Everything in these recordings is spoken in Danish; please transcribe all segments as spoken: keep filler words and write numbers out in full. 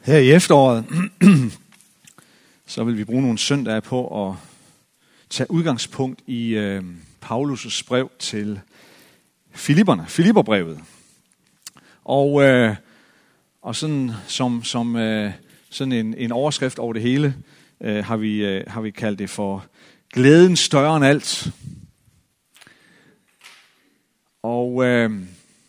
Her i efteråret, så vil vi bruge nogle søndage på at tage udgangspunkt i øh, Paulus' brev til Filipperne, Filipperbrevet. Og, øh, og sådan som, som øh, sådan en, en overskrift over det hele, øh, har, vi, øh, har vi kaldt det for glæden større end alt. Og øh,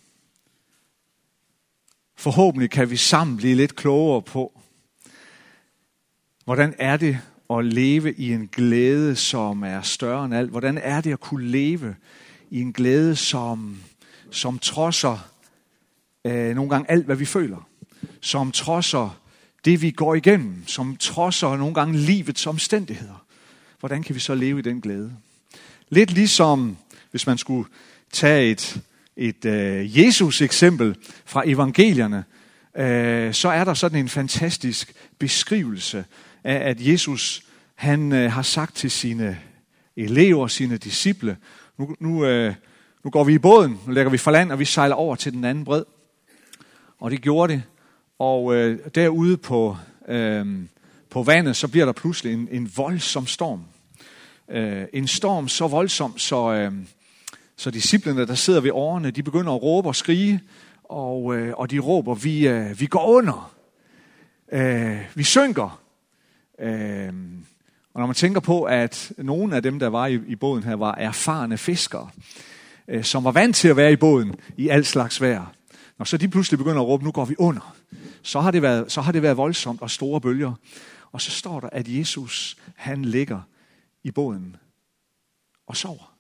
forhåbentlig kan vi sammen blive lidt klogere på, hvordan er det at leve i en glæde, som er større end alt? Hvordan er det at kunne leve i en glæde, som, som trodser øh, nogle gange alt, hvad vi føler? Som trodser det, vi går igennem? Som trodser nogle gange livets omstændigheder? Hvordan kan vi så leve i den glæde? Lidt ligesom, hvis man skulle tage et, et øh, Jesus-eksempel fra evangelierne, øh, så er der sådan en fantastisk beskrivelse af, at Jesus han øh, har sagt til sine elever, sine disciple, nu, nu, øh, nu går vi i båden, nu lægger vi fra land, og vi sejler over til den anden bred. Og det gjorde det. Og øh, derude på, øh, på vandet, så bliver der pludselig en, en voldsom storm. Øh, en storm så voldsom, så, øh, så disciplene, der sidder ved årene, de begynder at råbe og skrige, og, øh, og de råber, vi, øh, vi går under, øh, vi synker. Øh, og når man tænker på, at nogle af dem, der var i, i båden her, var erfarne fiskere, øh, som var vant til at være i båden i alt slags vejr. Når så de pludselig begynder at råbe, nu går vi under, så har det været, så har det været voldsomt og store bølger. Og så står der, at Jesus, han ligger i båden og sover.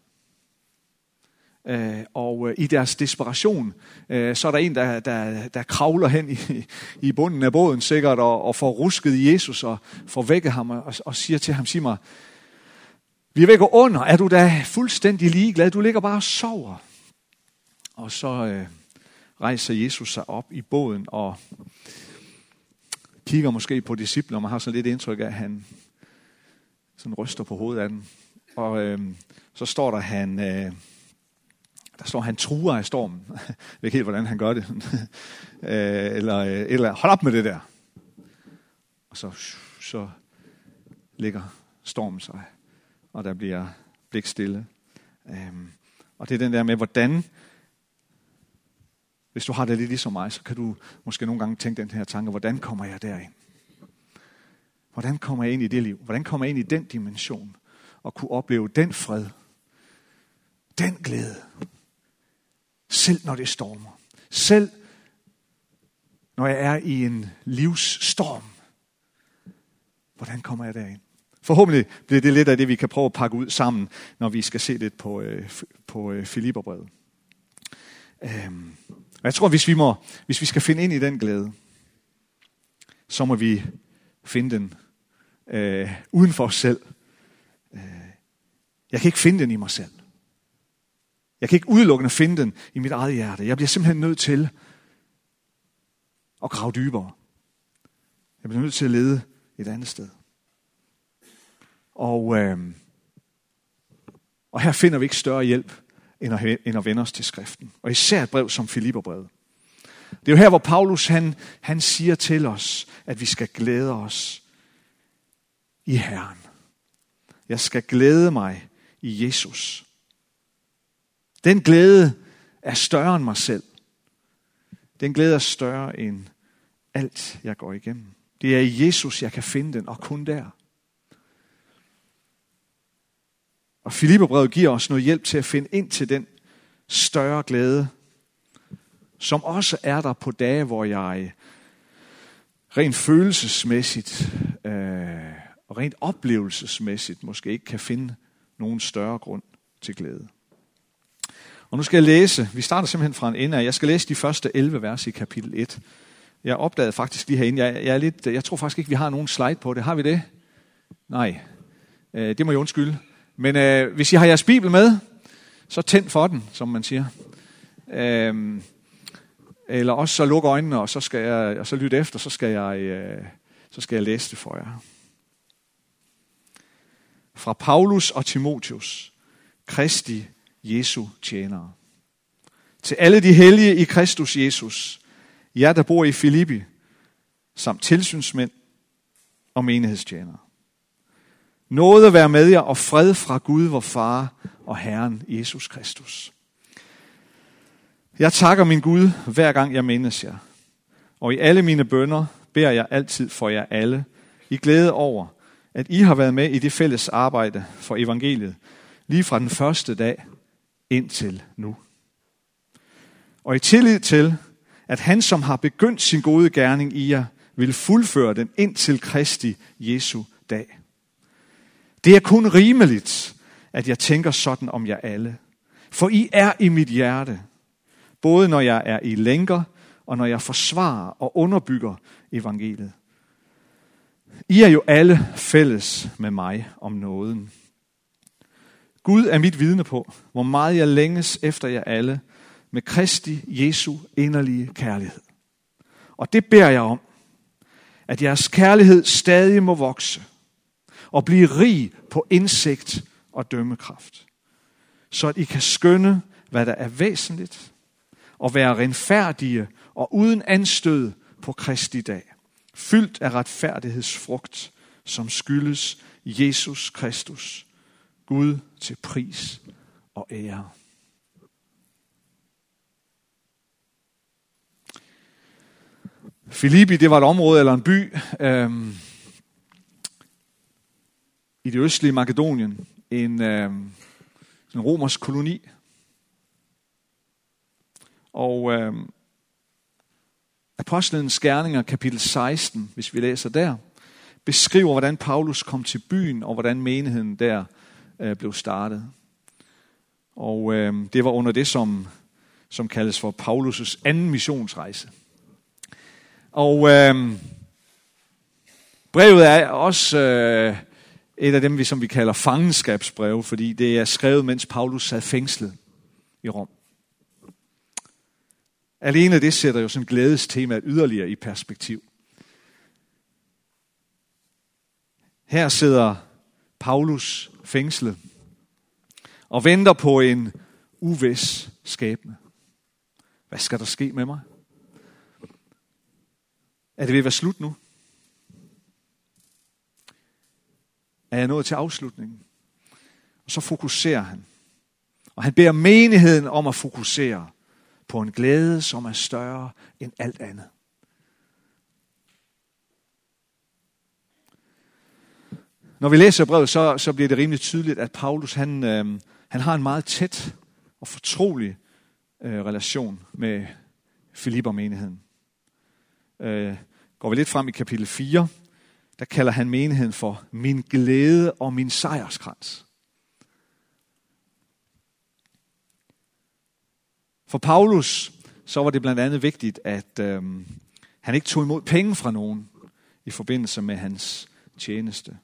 Øh, og øh, i deres desperation, øh, så er der en, der, der, der kravler hen i, i bunden af båden sikkert, og, og får rusket i Jesus, og får vækket ham, og, og siger til ham, sig mig, vi er ved at gå under, er du da fuldstændig ligeglad, du ligger bare og sover. Og så øh, rejser Jesus sig op i båden, og kigger måske på disciplen, og man har sådan lidt indtryk af, at han sådan ryster på hovedet af den. Og øh, så står der, han... Øh, Der står, han truer af stormen. Jeg ved ikke helt, hvordan han gør det. eller, eller hold op med det der. Og så, så ligger stormen sig, og der bliver blikstille. Og det er den der med, hvordan, hvis du har det lidt ligesom mig, så kan du måske nogle gange tænke den her tanke, hvordan kommer jeg derind? Hvordan kommer jeg ind i det liv? Hvordan kommer jeg ind i den dimension? Og kunne opleve den fred, den glæde, selv når det stormer. Selv når jeg er i en livsstorm. Hvordan kommer jeg derind? Forhåbentlig bliver det lidt af det, vi kan prøve at pakke ud sammen, når vi skal se lidt på, øh, på øh, Filipperbrevet. Øhm, og jeg tror, hvis vi, må, hvis vi skal finde ind i den glæde, så må vi finde den øh, uden for os selv. Øh, jeg kan ikke finde den i mig selv. Jeg kan ikke udelukkende finde den i mit eget hjerte. Jeg bliver simpelthen nødt til at grave dybere. Jeg bliver nødt til at lede et andet sted. Og, øh, og her finder vi ikke større hjælp, end at, end at vende os til skriften. Og især et brev som Filipperbrevet. Det er jo her, hvor Paulus han, han siger til os, at vi skal glæde os i Herren. Jeg skal glæde mig i Jesus. Den glæde er større end mig selv. Den glæde er større end alt, jeg går igennem. Det er i Jesus, jeg kan finde den, og kun der. Og Filipperbrevet giver os noget hjælp til at finde ind til den større glæde, som også er der på dage, hvor jeg rent følelsesmæssigt øh, og rent oplevelsesmæssigt måske ikke kan finde nogen større grund til glæde. Og nu skal jeg læse, vi starter simpelthen fra en ende af, jeg skal læse de første elleve vers i kapitel et. Jeg opdagede faktisk lige herinde, jeg, jeg, er lidt, jeg tror faktisk ikke, vi har nogen slide på det. Har vi det? Nej, øh, det må jeg undskylde. Men øh, hvis I har jeres bibel med, så tænd for den, som man siger. Øh, eller også så luk øjnene, og så skal jeg, og så lyt efter, så skal jeg, øh, så skal jeg læse det for jer. Fra Paulus og Timotheus, Kristi Jesu tjenere. Til alle de hellige i Kristus Jesus, jer der bor i Filippi, samt tilsynsmænd og menighedstjenere. Nåde at være med jer og fred fra Gud, vor Far og Herren Jesus Kristus. Jeg takker min Gud, hver gang jeg mindes jer, og i alle mine bønner beder jeg altid for jer alle, i glæde over, at I har været med i det fælles arbejde for evangeliet, lige fra den første dag indtil nu. Og i tillid til, at han, som har begyndt sin gode gerning i jer, vil fuldføre den indtil Kristi Jesu dag. Det er kun rimeligt, at jeg tænker sådan om jer alle. For I er i mit hjerte, både når jeg er i lænker, og når jeg forsvarer og underbygger evangeliet. I er jo alle fælles med mig om nåden. Gud er mit vidne på, hvor meget jeg længes efter jer alle, med Kristi Jesu inderlige kærlighed. Og det beder jeg om, at jeres kærlighed stadig må vokse, og blive rig på indsigt og dømmekraft, så at I kan skønne, hvad der er væsentligt, og være renfærdige og uden anstød på Kristi dag, fyldt af retfærdighedsfrugt, som skyldes Jesus Kristus, Gud til pris og ære. Filippi, det var et område eller en by øhm, i det østlige Makedonien, en, øhm, en romersk koloni. Og øhm, Apostlenes Gerninger, kapitel seksten, hvis vi læser der, beskriver, hvordan Paulus kom til byen, og hvordan menigheden der øh, blev startet. Og øh, det var under det, som, som kaldes for Paulus' anden missionsrejse. Og øh, brevet er også øh, et af dem, vi, som vi kalder fangenskabsbrev, fordi det er skrevet, mens Paulus sad fængslet i Rom. Alene det sætter jo sådan glædestemaet yderligere i perspektiv. Her sidder Paulus fængslet og venter på en uvis skæbne. Hvad skal der ske med mig? Er det ved at være slut nu? Er jeg nået til afslutningen? Og så fokuserer han. Og han beder menigheden om at fokusere på en glæde, som er større end alt andet. Når vi læser brevet, så, så bliver det rimelig tydeligt, at Paulus han, øh, han har en meget tæt og fortrolig øh, relation med Filipper-menigheden. Øh, går vi lidt frem i kapitel fire, der kalder han menigheden for min glæde og min sejrskrans. For Paulus, så var det blandt andet vigtigt, at øh, han ikke tog imod penge fra nogen i forbindelse med hans tjeneste.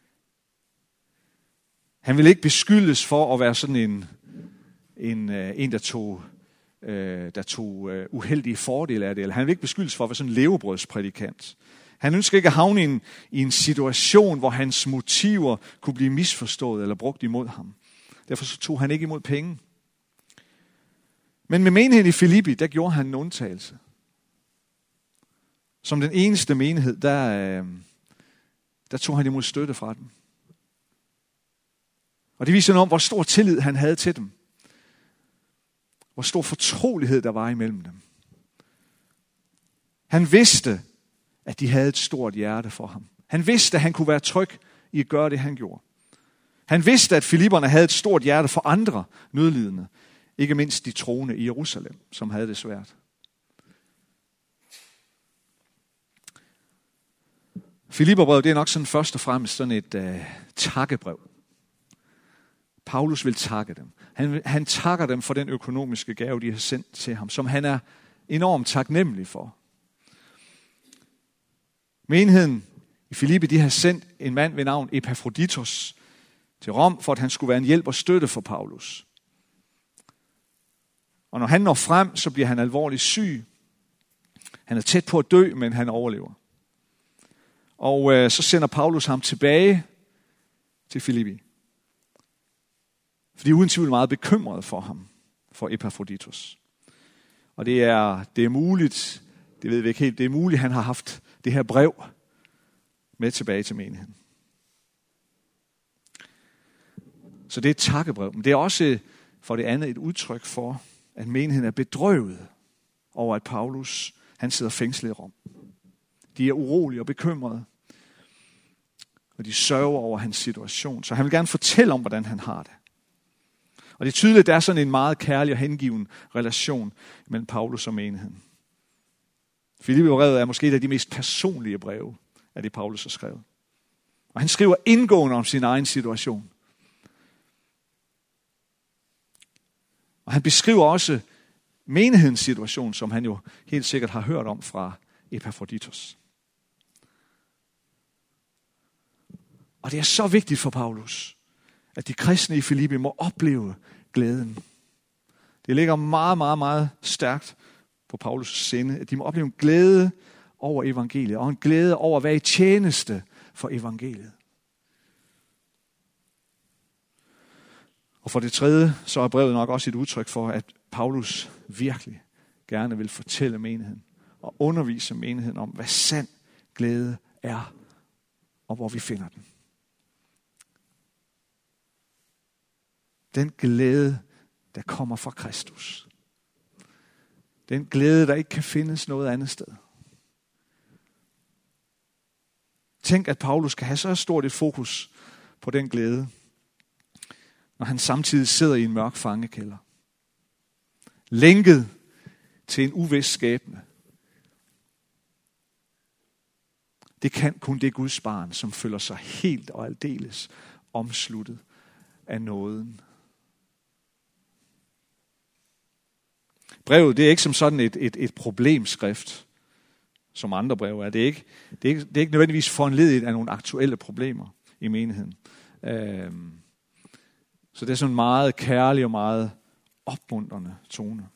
Han ville ikke beskyldes for at være sådan en, en, en der tog, øh, der tog uh, uheldige fordele af det. Eller han ville ikke beskyldes for at være sådan en levebrødsprædikant. Han ønskede ikke at havne i en, i en situation, hvor hans motiver kunne blive misforstået eller brugt imod ham. Derfor så tog han ikke imod penge. Men med menigheden i Filippi, der gjorde han en undtagelse. Som den eneste menighed, der, øh, der tog han imod støtte fra dem. Og det viser noget om, hvor stor tillid han havde til dem. Hvor stor fortrolighed der var imellem dem. Han vidste, at de havde et stort hjerte for ham. Han vidste, at han kunne være tryg i at gøre det, han gjorde. Han vidste, at filipperne havde et stort hjerte for andre nødlidende. Ikke mindst de troende i Jerusalem, som havde det svært. Filipperbrevet, det er nok sådan først og fremmest sådan et uh, takkebrev. Paulus vil takke dem. Han, han takker dem for den økonomiske gave, de har sendt til ham, som han er enormt taknemmelig for. Menigheden i Filippi, de har sendt en mand ved navn Epafroditos til Rom, for at han skulle være en hjælp og støtte for Paulus. Og når han når frem, så bliver han alvorligt syg. Han er tæt på at dø, men han overlever. Og øh, så sender Paulus ham tilbage til Filippi. Fordi uden tvivl er meget bekymret for ham, for Epafroditos. Og det er, det er muligt, det ved vi ikke helt, det er muligt, han har haft det her brev med tilbage til menigheden. Så det er et takkebrev, men det er også for det andet et udtryk for, at menigheden er bedrøvet over, at Paulus han sidder fængslet i Rom. De er urolige og bekymrede, og de sørger over hans situation. Så han vil gerne fortælle om, hvordan han har det. Og det er tydeligt, at der er sådan en meget kærlig og hengiven relation mellem Paulus og menigheden. Filipperbrevet er måske et af de mest personlige breve af det, Paulus har skrevet. Og han skriver indgående om sin egen situation. Og han beskriver også menighedens situation, som han jo helt sikkert har hørt om fra Epaphroditus. Og det er så vigtigt for Paulus, at de kristne i Filippi må opleve glæden. Det ligger meget, meget, meget stærkt på Paulus' sinde, at de må opleve en glæde over evangeliet, og en glæde over at være i tjeneste for evangeliet. Og for det tredje, så er brevet nok også et udtryk for, at Paulus virkelig gerne vil fortælle menigheden og undervise menigheden om, hvad sand glæde er, og hvor vi finder den. Den glæde, der kommer fra Kristus. Den glæde, der ikke kan findes noget andet sted. Tænk, at Paulus kan have så stort et fokus på den glæde, når han samtidig sidder i en mørk fangekælder. Lænket til en uvis skæbne. Det kan kun det Guds barn, som føler sig helt og aldeles omsluttet af nåden. Brevet, det er ikke som sådan et, et, et problemskrift, som andre breve er. Det er ikke, det er ikke, det er ikke nødvendigvis foranlediget af nogle aktuelle problemer i menigheden. Øhm, så det er sådan en meget kærlig og meget opmuntrende tone.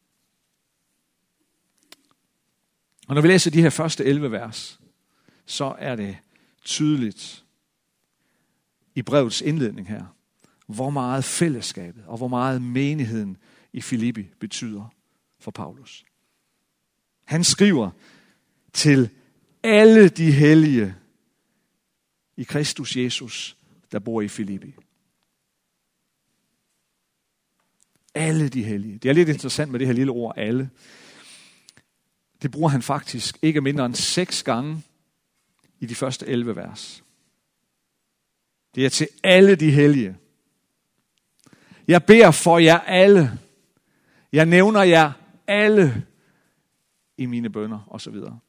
Og når vi læser de her første elleve vers, så er det tydeligt i brevets indledning her, hvor meget fællesskabet og hvor meget menigheden i Filippi betyder for Paulus. Han skriver til alle de hellige i Kristus Jesus, der bor i Filippi. Alle de hellige. Det er lidt interessant med det her lille ord, alle. Det bruger han faktisk ikke mindre end seks gange i de første elleve vers. Det er til alle de hellige. Jeg beder for jer alle. Jeg nævner jer alle i mine bønner, og så videre.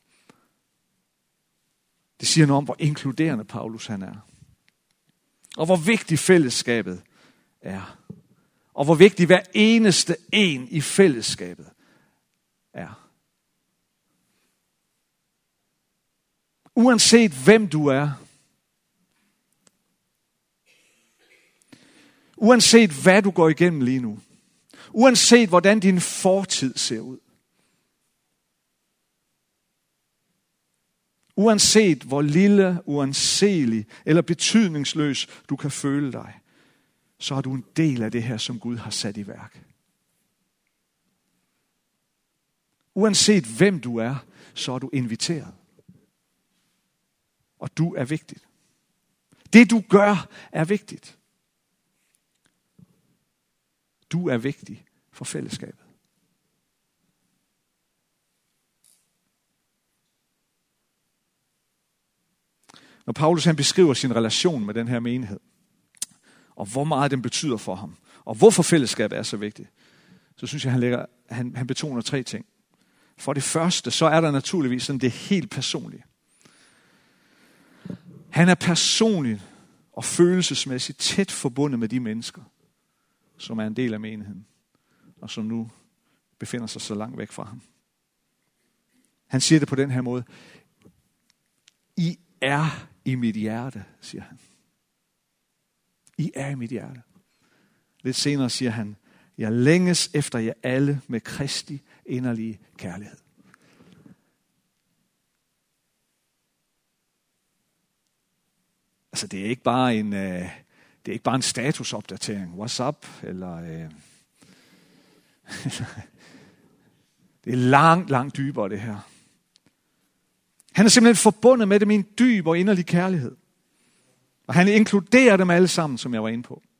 Det siger noget om, hvor inkluderende Paulus han er. Og hvor vigtigt fællesskabet er. Og hvor vigtig hver eneste en i fællesskabet er. Uanset hvem du er. Uanset hvad du går igennem lige nu. Uanset hvordan din fortid ser ud. Uanset hvor lille, uanselig eller betydningsløs du kan føle dig, så er du en del af det her, som Gud har sat i værk. Uanset hvem du er, så er du inviteret. Og du er vigtigt. Det du gør er vigtigt. Du er vigtig for fællesskabet. Når Paulus han beskriver sin relation med den her menighed, og hvor meget den betyder for ham, og hvorfor fællesskabet er så vigtigt, så synes jeg, han, lægger, han, han betoner tre ting. For det første, så er der naturligvis sådan det helt personlige. Han er personligt og følelsesmæssigt tæt forbundet med de mennesker, som er en del af menigheden, og som nu befinder sig så langt væk fra ham. Han siger det på den her måde. I er i mit hjerte, siger han. I er i mit hjerte. Lidt senere siger han, jeg længes efter jer alle med Kristi inderlige kærlighed. Altså det er ikke bare en, øh, det er ikke bare en statusopdatering. What's up? Eller øh, det er langt, langt dybere det her. Han er simpelthen forbundet med dem i en dyb og inderlig kærlighed. Og han inkluderer dem alle sammen, som jeg var inde på.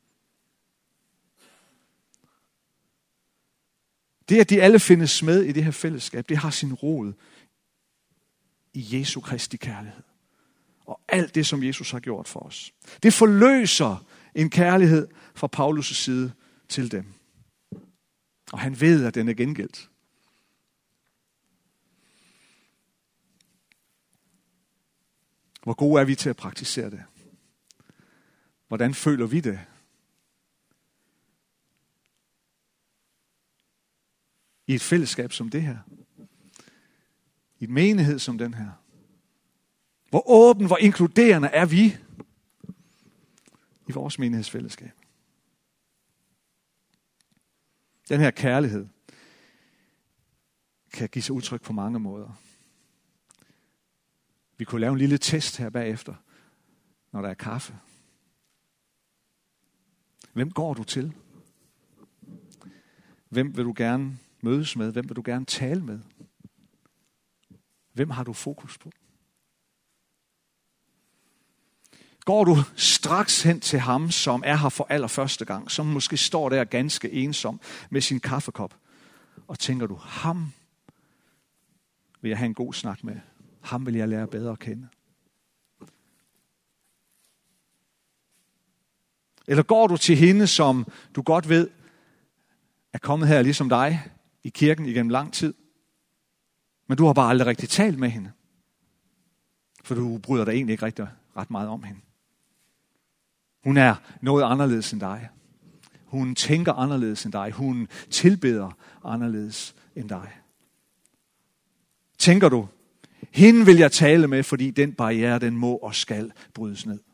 Det, at de alle findes med i det her fællesskab, det har sin rod i Jesu Kristi kærlighed. Og alt det, som Jesus har gjort for os. Det forløser en kærlighed fra Paulus' side til dem. Og han ved, at den er gengældt. Hvor gode er vi til at praktisere det? Hvordan føler vi det? I et fællesskab som det her. I en menighed som den her. Hvor åben, hvor inkluderende er vi i vores menighedsfællesskab. Den her kærlighed kan give sig udtryk på mange måder. Vi kunne lave en lille test her bagefter, når der er kaffe. Hvem går du til? Hvem vil du gerne mødes med? Hvem vil du gerne tale med? Hvem har du fokus på? Går du straks hen til ham, som er her for allerførste gang, som måske står der ganske ensom med sin kaffekop, og tænker du, ham vil jeg have en god snak med. Ham vil jeg lære bedre at kende. Eller går du til hende, som du godt ved er kommet her ligesom dig i kirken igennem lang tid, men du har bare aldrig rigtig talt med hende, for du bryder dig egentlig ikke rigtig ret meget om hende. Hun er noget anderledes end dig. Hun tænker anderledes end dig. Hun tilbeder anderledes end dig. Tænker du, hende vil jeg tale med, fordi den barriere, den må og skal brydes ned.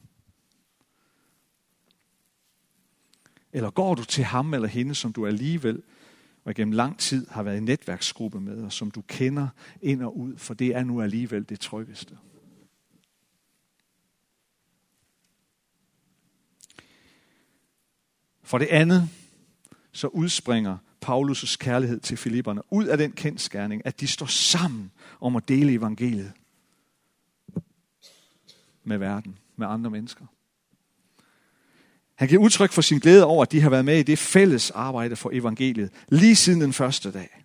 Eller går du til ham eller hende, som du alligevel og gennem lang tid har været i netværksgruppe med, og som du kender ind og ud, for det er nu alligevel det tryggeste. For det andet, så udspringer Paulus' kærlighed til filipperne ud af den kendsgerning, at de står sammen om at dele evangeliet med verden, med andre mennesker. Han giver udtryk for sin glæde over, at de har været med i det fælles arbejde for evangeliet, lige siden den første dag.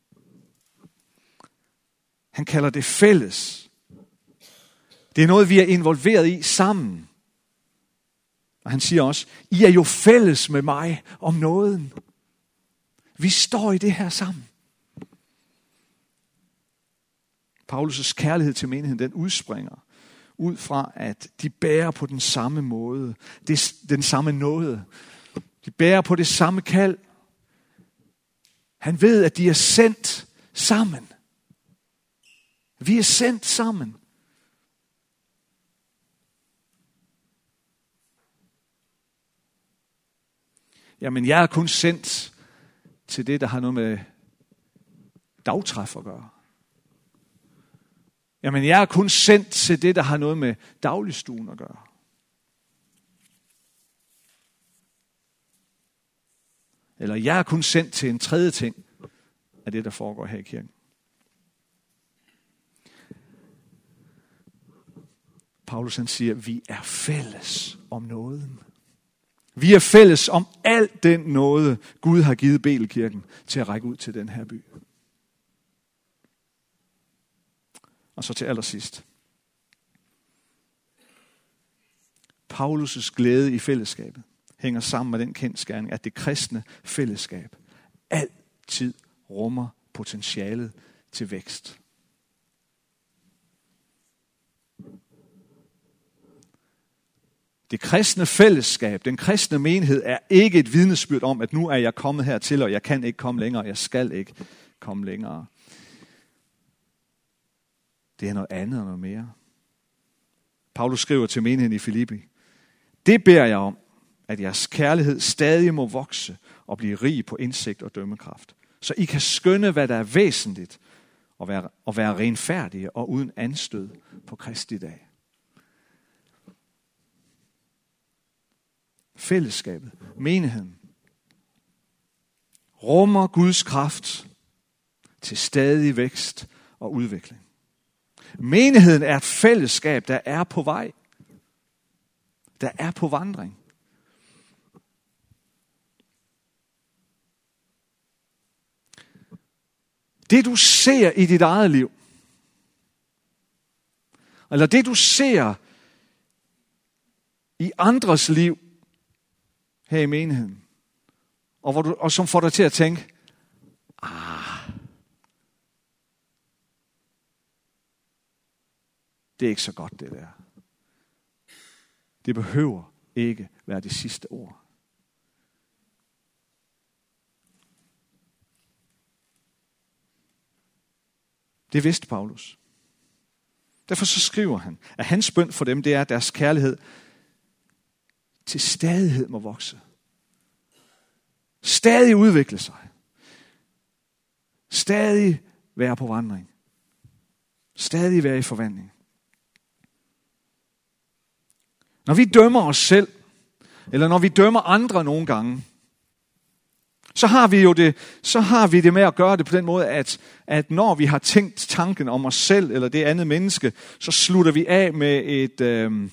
Han kalder det fælles. Det er noget, vi er involveret i sammen. Og han siger også, I er jo fælles med mig om nåden. Vi står i det her sammen. Paulus' kærlighed til menigheden, den udspringer ud fra, at de bærer på den samme måde, det, den samme nåde. De bærer på det samme kald. Han ved, at de er sendt sammen. Vi er sendt sammen. Jamen, jeg er kun sendt til det, der har noget med dagtræf at gøre. Jamen, jeg er kun sendt til det, der har noget med dagligstuen at gøre. Eller jeg er kun sendt til en tredje ting af det, der foregår her i kirken. Paulus han siger, at vi er fælles om nåden. Vi er fælles om al den nåde, Gud har givet Betelkirken til at række ud til den her by. Og så til allersidst. Paulus' glæde i fællesskabet hænger sammen med den kendsgerning, at det kristne fællesskab altid rummer potentialet til vækst. Det kristne fællesskab, den kristne menighed, er ikke et vidnesbyrd om, at nu er jeg kommet hertil, og jeg kan ikke komme længere, og jeg skal ikke komme længere. Det er noget andet og noget mere. Paulus skriver til menigheden i Filippi, det beder jeg om, at jeres kærlighed stadig må vokse og blive rig på indsigt og dømmekraft, så I kan skønne, hvad der er væsentligt, og være, og være renfærdige og uden anstød på Kristi dag. Fællesskabet, menigheden, rummer Guds kraft til stadig vækst og udvikling. Menigheden er et fællesskab, der er på vej. Der er på vandring. Det du ser i dit eget liv, eller det du ser i andres liv her i menigheden, og, hvor du, og som får dig til at tænke, ah, det er ikke så godt det der. Det behøver ikke være det sidste ord. Det vidste Paulus. Derfor så skriver han, at hans bøn for dem, det er, at deres kærlighed til stadighed må vokse. Stadig udvikle sig. Stadig være på vandring. Stadig være i forvandling. Når vi dømmer os selv, eller når vi dømmer andre nogle gange, så har vi jo det, så har vi det med at gøre det på den måde, at, at når vi har tænkt tanken om os selv eller det andet menneske, så slutter vi af med et, øh,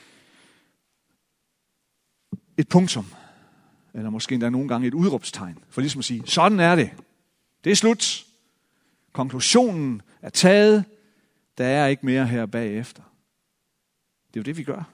et punktum. Eller måske endda nogle gange et udråbstegn. For ligesom at sige, sådan er det. Det er slut. Konklusionen er taget. Der er ikke mere her bagefter. Det er jo det, vi gør.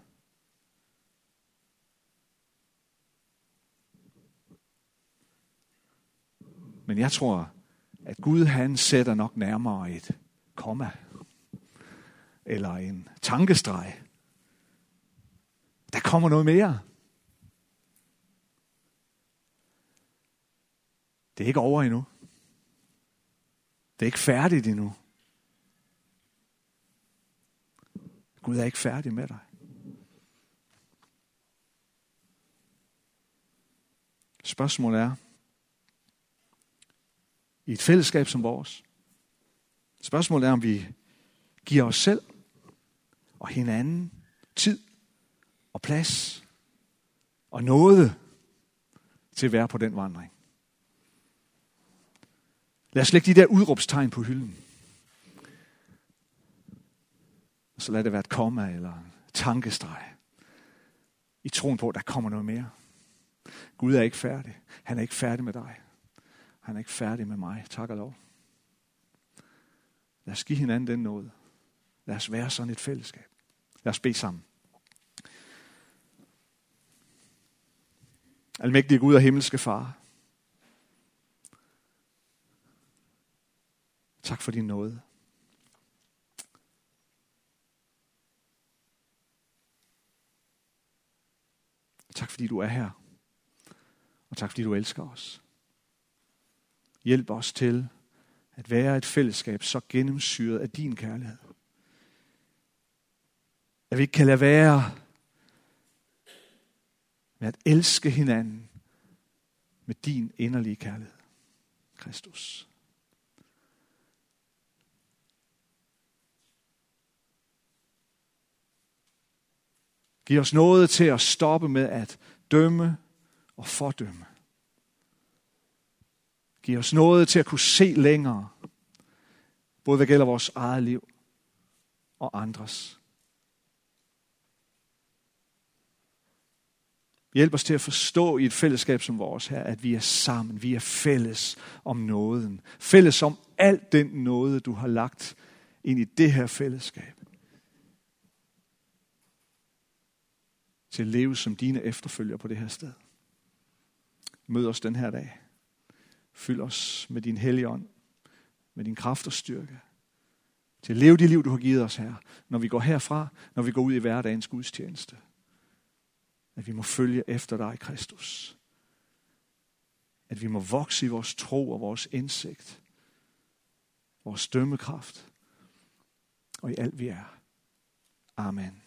Men jeg tror, at Gud han sætter nok nærmere et komma. Eller en tankestreg. Der kommer noget mere. Det er ikke over endnu. Det er ikke færdigt endnu. Gud er ikke færdig med dig. Spørgsmålet er, i et fællesskab som vores, spørgsmålet er, om vi giver os selv og hinanden tid og plads og nåde til at være på den vandring. Lad os lægge de der udråbstegn på hylden. Og så lad det være et komma eller en tankestreg. I troen på, at der kommer noget mere. Gud er ikke færdig. Han er ikke færdig med dig. Han er ikke færdig med mig. Tak og lov. Lad os give hinanden den nåde. Lad os være sådan et fællesskab. Lad os bede sammen. Almægtige Gud og himmelske Far. Tak for din nåde. Tak fordi du er her. Og tak fordi du elsker os. Hjælp os til at være et fællesskab så gennemsyret af din kærlighed. At vi ikke kan lade være med at elske hinanden med din inderlige kærlighed. Kristus. Giv os noget til at stoppe med at dømme og fordømme. Giv os noget til at kunne se længere, både hvad gælder vores eget liv og andres. Hjælp os til at forstå i et fællesskab som vores her, at vi er sammen, vi er fælles om nåden. Fælles om alt den nåde, du har lagt ind i det her fællesskab. Til at leve som dine efterfølgere på det her sted. Mød os den her dag. Fyld os med din hellige ånd, med din kraft og styrke. Til at leve det liv, du har givet os her, når vi går herfra, når vi går ud i hverdagens gudstjeneste. At vi må følge efter dig, Kristus. At vi må vokse i vores tro og vores indsigt. Vores dømmekraft. Og i alt vi er. Amen.